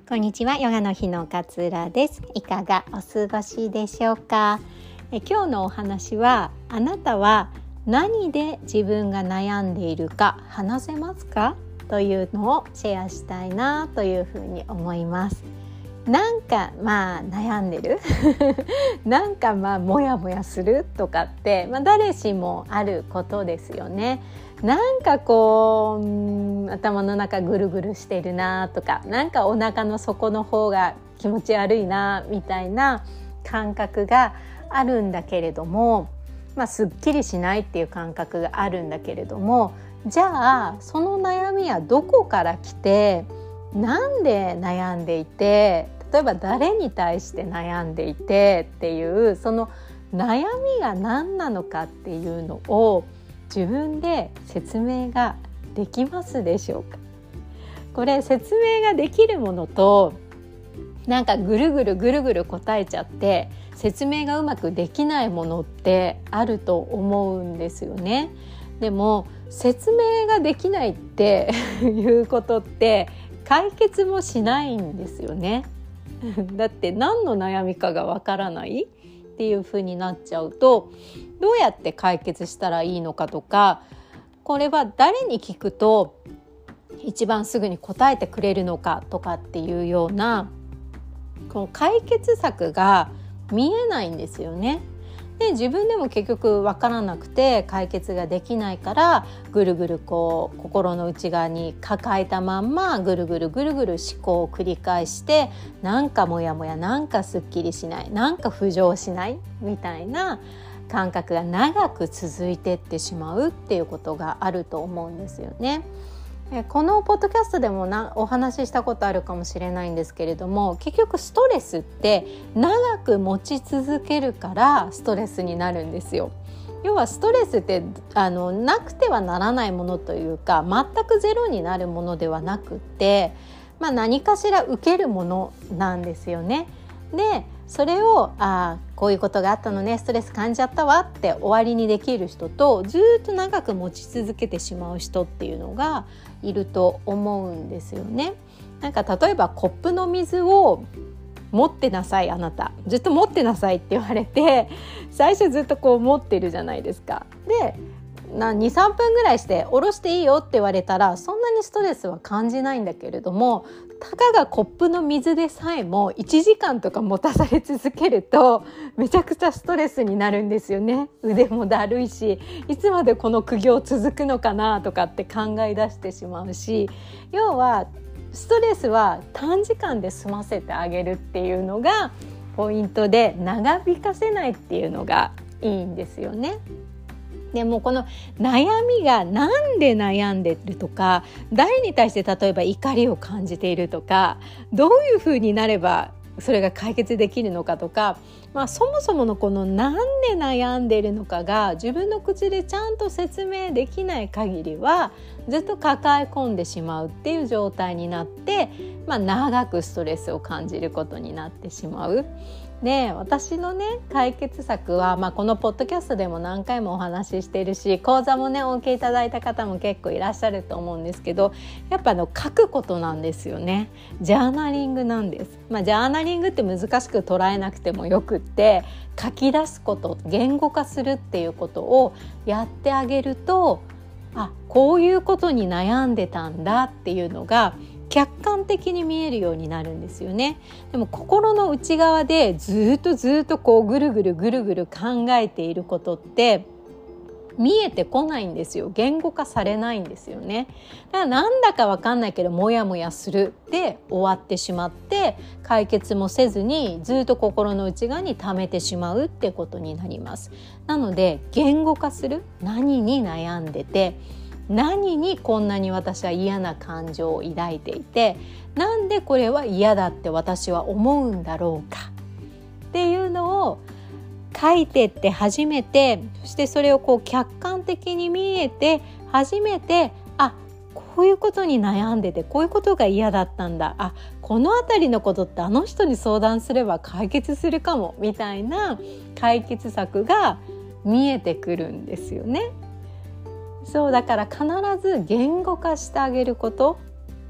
こんにちは、ヨガの日の勝浦です。いかがお過ごしでしょうか。今日のお話は、あなたは何で自分が悩んでいるか話せますかというのをシェアしたいなというふうに思います。なんか悩んでるなんかモヤモヤするとかって、誰しもあることですよね。なんか頭の中ぐるぐるしてるなとか、なんかお腹の底の方が気持ち悪いなみたいな感覚があるんだけれども、すっきりしないっていう感覚があるんだけれども、じゃあその悩みはどこから来て、なんで悩んでいて、例えば誰に対して悩んでいてっていう、その悩みが何なのかっていうのを自分で説明ができますでしょうか。これ説明ができるものと、なんかぐるぐる答えちゃって説明がうまくできないものってあると思うんですよね。でも説明ができないっていうことって解決もしないんですよね。だって何の悩みかがわからないっていう風になっちゃうと、どうやって解決したらいいのかとか、これは誰に聞くと一番すぐに答えてくれるのかとかっていうような、この解決策が見えないんですよね。で、自分でも結局分からなくて解決ができないから、ぐるぐる心の内側に抱えたまんまぐるぐる思考を繰り返して、なんかモヤモヤ、なんかすっきりしない、なんか浮上しないみたいな感覚が長く続いてってしまうっていうことがあると思うんですよね。このポッドキャストでもお話ししたことあるかもしれないんですけれども、結局ストレスって長く持ち続けるからストレスになるんですよ。要はストレスってなくてはならないものというか、全くゼロになるものではなくって、何かしら受けるものなんですよね。で、それをこういうことがあったのね、ストレス感じちゃったわって終わりにできる人と、ずっと長く持ち続けてしまう人っていうのがいると思うんですよね。なんか例えばコップの水を持ってなさい、あなたずっと持ってなさいって言われて、最初ずっと持ってるじゃないですか。で2、3分ぐらいして下ろしていいよって言われたら、そんなにストレスは感じないんだけれども、たかがコップの水でさえも1時間とか持たされ続けるとめちゃくちゃストレスになるんですよね。腕もだるいし、いつまでこの苦行続くのかなとかって考え出してしまうし、要はストレスは短時間で済ませてあげるっていうのがポイントで、長引かせないっていうのがいいんですよね。でもこの悩みがなんで悩んでるとか、誰に対して例えば怒りを感じているとか、どういうふうになればそれが解決できるのかとか、そもそものこのなんで悩んでるのかが自分の口でちゃんと説明できない限りは、ずっと抱え込んでしまうっていう状態になって、長くストレスを感じることになってしまう。で、私の解決策は、このポッドキャストでも何回もお話ししているし、講座もお受けいただいた方も結構いらっしゃると思うんですけど、やっぱ書くことなんですよね。ジャーナリングなんです。ジャーナリングって難しく捉えなくてもよくって、書き出すこと、言語化するっていうことをやってあげると、こういうことに悩んでたんだっていうのが客観的に見えるようになるんですよね。でも心の内側でずっとぐるぐる考えていることって見えてこないんですよ。言語化されないんですよね。だからなんだかわかんないけどモヤモヤするで終わってしまって、解決もせずにずっと心の内側に溜めてしまうってことになります。なので言語化する、何に悩んでて、何にこんなに私は嫌な感情を抱いていて、なんでこれは嫌だって私は思うんだろうかっていうのを書いてって初めて、そしてそれを客観的に見えて初めて、こういうことに悩んでて、こういうことが嫌だったんだ、このあたりのことってあの人に相談すれば解決するかもみたいな解決策が見えてくるんですよね。そうだから必ず言語化してあげること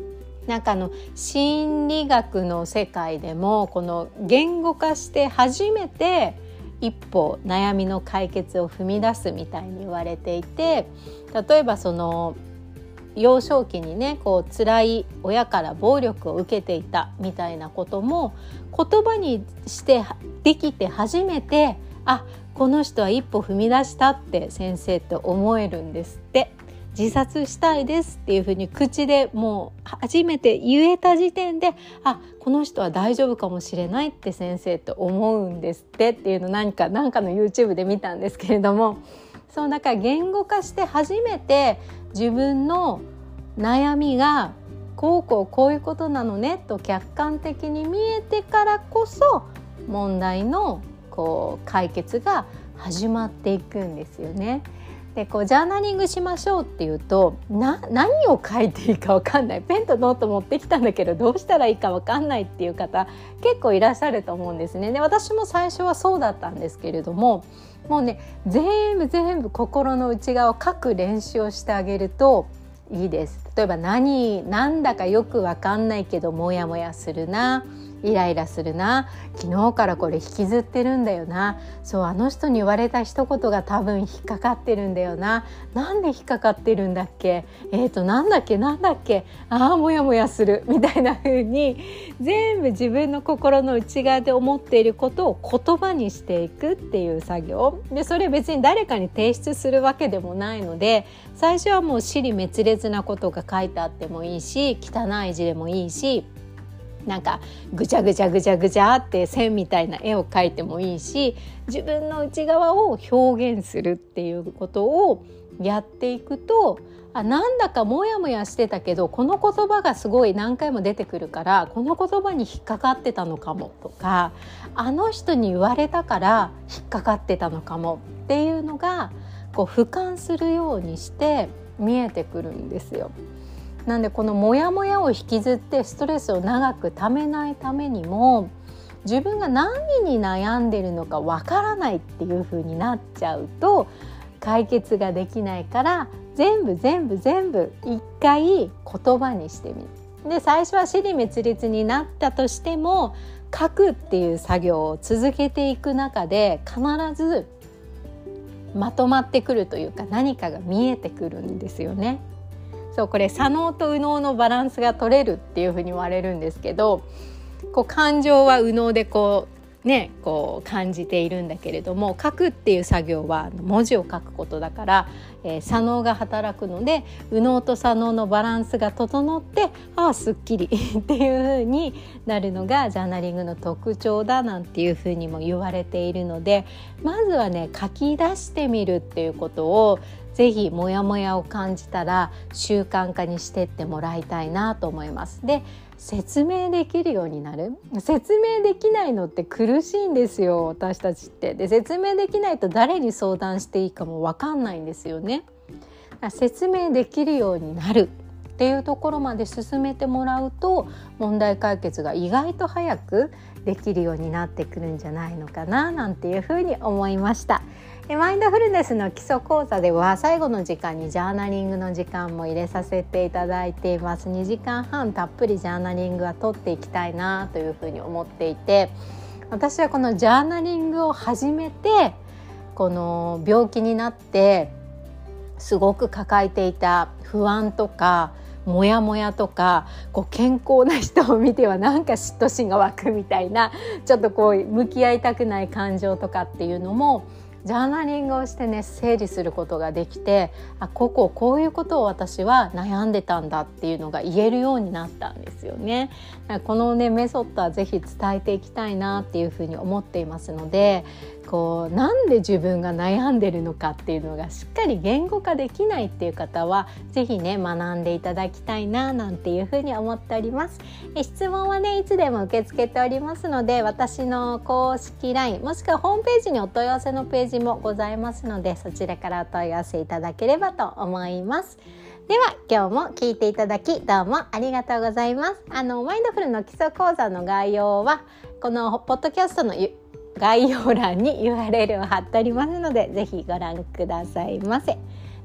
なんか心理学の世界でもこの言語化して初めて一歩悩みの解決を踏み出すみたいに言われていて、例えば幼少期にね辛い親から暴力を受けていたみたいなことも言葉にしてできて初めて、この人は一歩踏み出したって先生って思えるんですって。自殺したいですっていうふうに口でもう初めて言えた時点で、この人は大丈夫かもしれないって先生って思うんですっていうのなんかの YouTube で見たんですけれども、だから言語化して初めて自分の悩みがこういうことなのねと客観的に見えてからこそ問題の解決が始まっていくんですよね。でジャーナリングしましょうっていうと何を書いていいか分かんない、ペンとノート持ってきたんだけどどうしたらいいか分かんないっていう方結構いらっしゃると思うんですね。で私も最初はそうだったんですけれども、もうね全部心の内側を書く練習をしてあげるといいです。例えばなんだかよく分かんないけどモヤモヤするな、イライラするな、昨日からこれ引きずってるんだよな、あの人に言われた一言が多分引っかかってるんだよな、なんで引っかかってるんだっけ、なんだっけモヤモヤするみたいな風に全部自分の心の内側で思っていることを言葉にしていくっていう作業で、それ別に誰かに提出するわけでもないので、最初はもう支離滅裂なことが書いてあってもいいし、汚い字でもいいし、なんかぐちゃって線みたいな絵を描いてもいいし、自分の内側を表現するっていうことをやっていくと、なんだかモヤモヤしてたけどこの言葉がすごい何回も出てくるからこの言葉に引っかかってたのかもとか、あの人に言われたから引っかかってたのかもっていうのが俯瞰するようにして見えてくるんですよ。なんでこのモヤモヤを引きずってストレスを長くためないためにも、自分が何に悩んでるのかわからないっていう風になっちゃうと解決ができないから、全部一回言葉にしてみる。で最初は支離滅裂になったとしても書くっていう作業を続けていく中で必ずまとまってくるというか、何かが見えてくるんですよね。これ左脳と右脳のバランスが取れるっていうふうに言われるんですけど、感情は右脳で感じているんだけれども、書くっていう作業は文字を書くことだから、左脳が働くので右脳と左脳のバランスが整ってすっきりっていう風になるのがジャーナリングの特徴だなんていう風にも言われているので、まずはね書き出してみるっていうことをぜひモヤモヤを感じたら習慣化にしてってもらいたいなと思います。で説明できるようになる。説明できないのって苦しいんですよ、私たちって。で説明できないと誰に相談していいかも分かんないんですよね。説明できるようになるっていうところまで進めてもらうと問題解決が意外と早くできるようになってくるんじゃないのかななんていうふうに思いました。マインドフルネスの基礎講座では最後の時間にジャーナリングの時間も入れさせていただいています。2時間半たっぷりジャーナリングは取っていきたいなというふうに思っていて、私はこのジャーナリングを始めてこの病気になってすごく抱えていた不安とかモヤモヤとか健康な人を見てはなんか嫉妬心が湧くみたいな、ちょっと向き合いたくない感情とかっていうのもジャーナリングをしてね整理することができて、こういうことを私は悩んでたんだっていうのが言えるようになったんですよね。このねメソッドはぜひ伝えていきたいなっていうふうに思っていますので、なんで自分が悩んでるのかっていうのがしっかり言語化できないっていう方はぜひね学んでいただきたいななんていうふうに思っております。質問はねいつでも受け付けておりますので、私の公式 LINE もしくはホームページにお問い合わせのページもございますので、そちらからお問い合わせいただければと思います。では今日も聞いていただきどうもありがとうございます。マインドフルの基礎講座の概要はこのポッドキャストの概要欄に URL を貼っておりますのでぜひご覧くださいませ。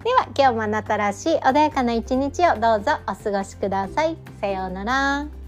では今日もあなたらしい穏やかな一日をどうぞお過ごしください。さようなら。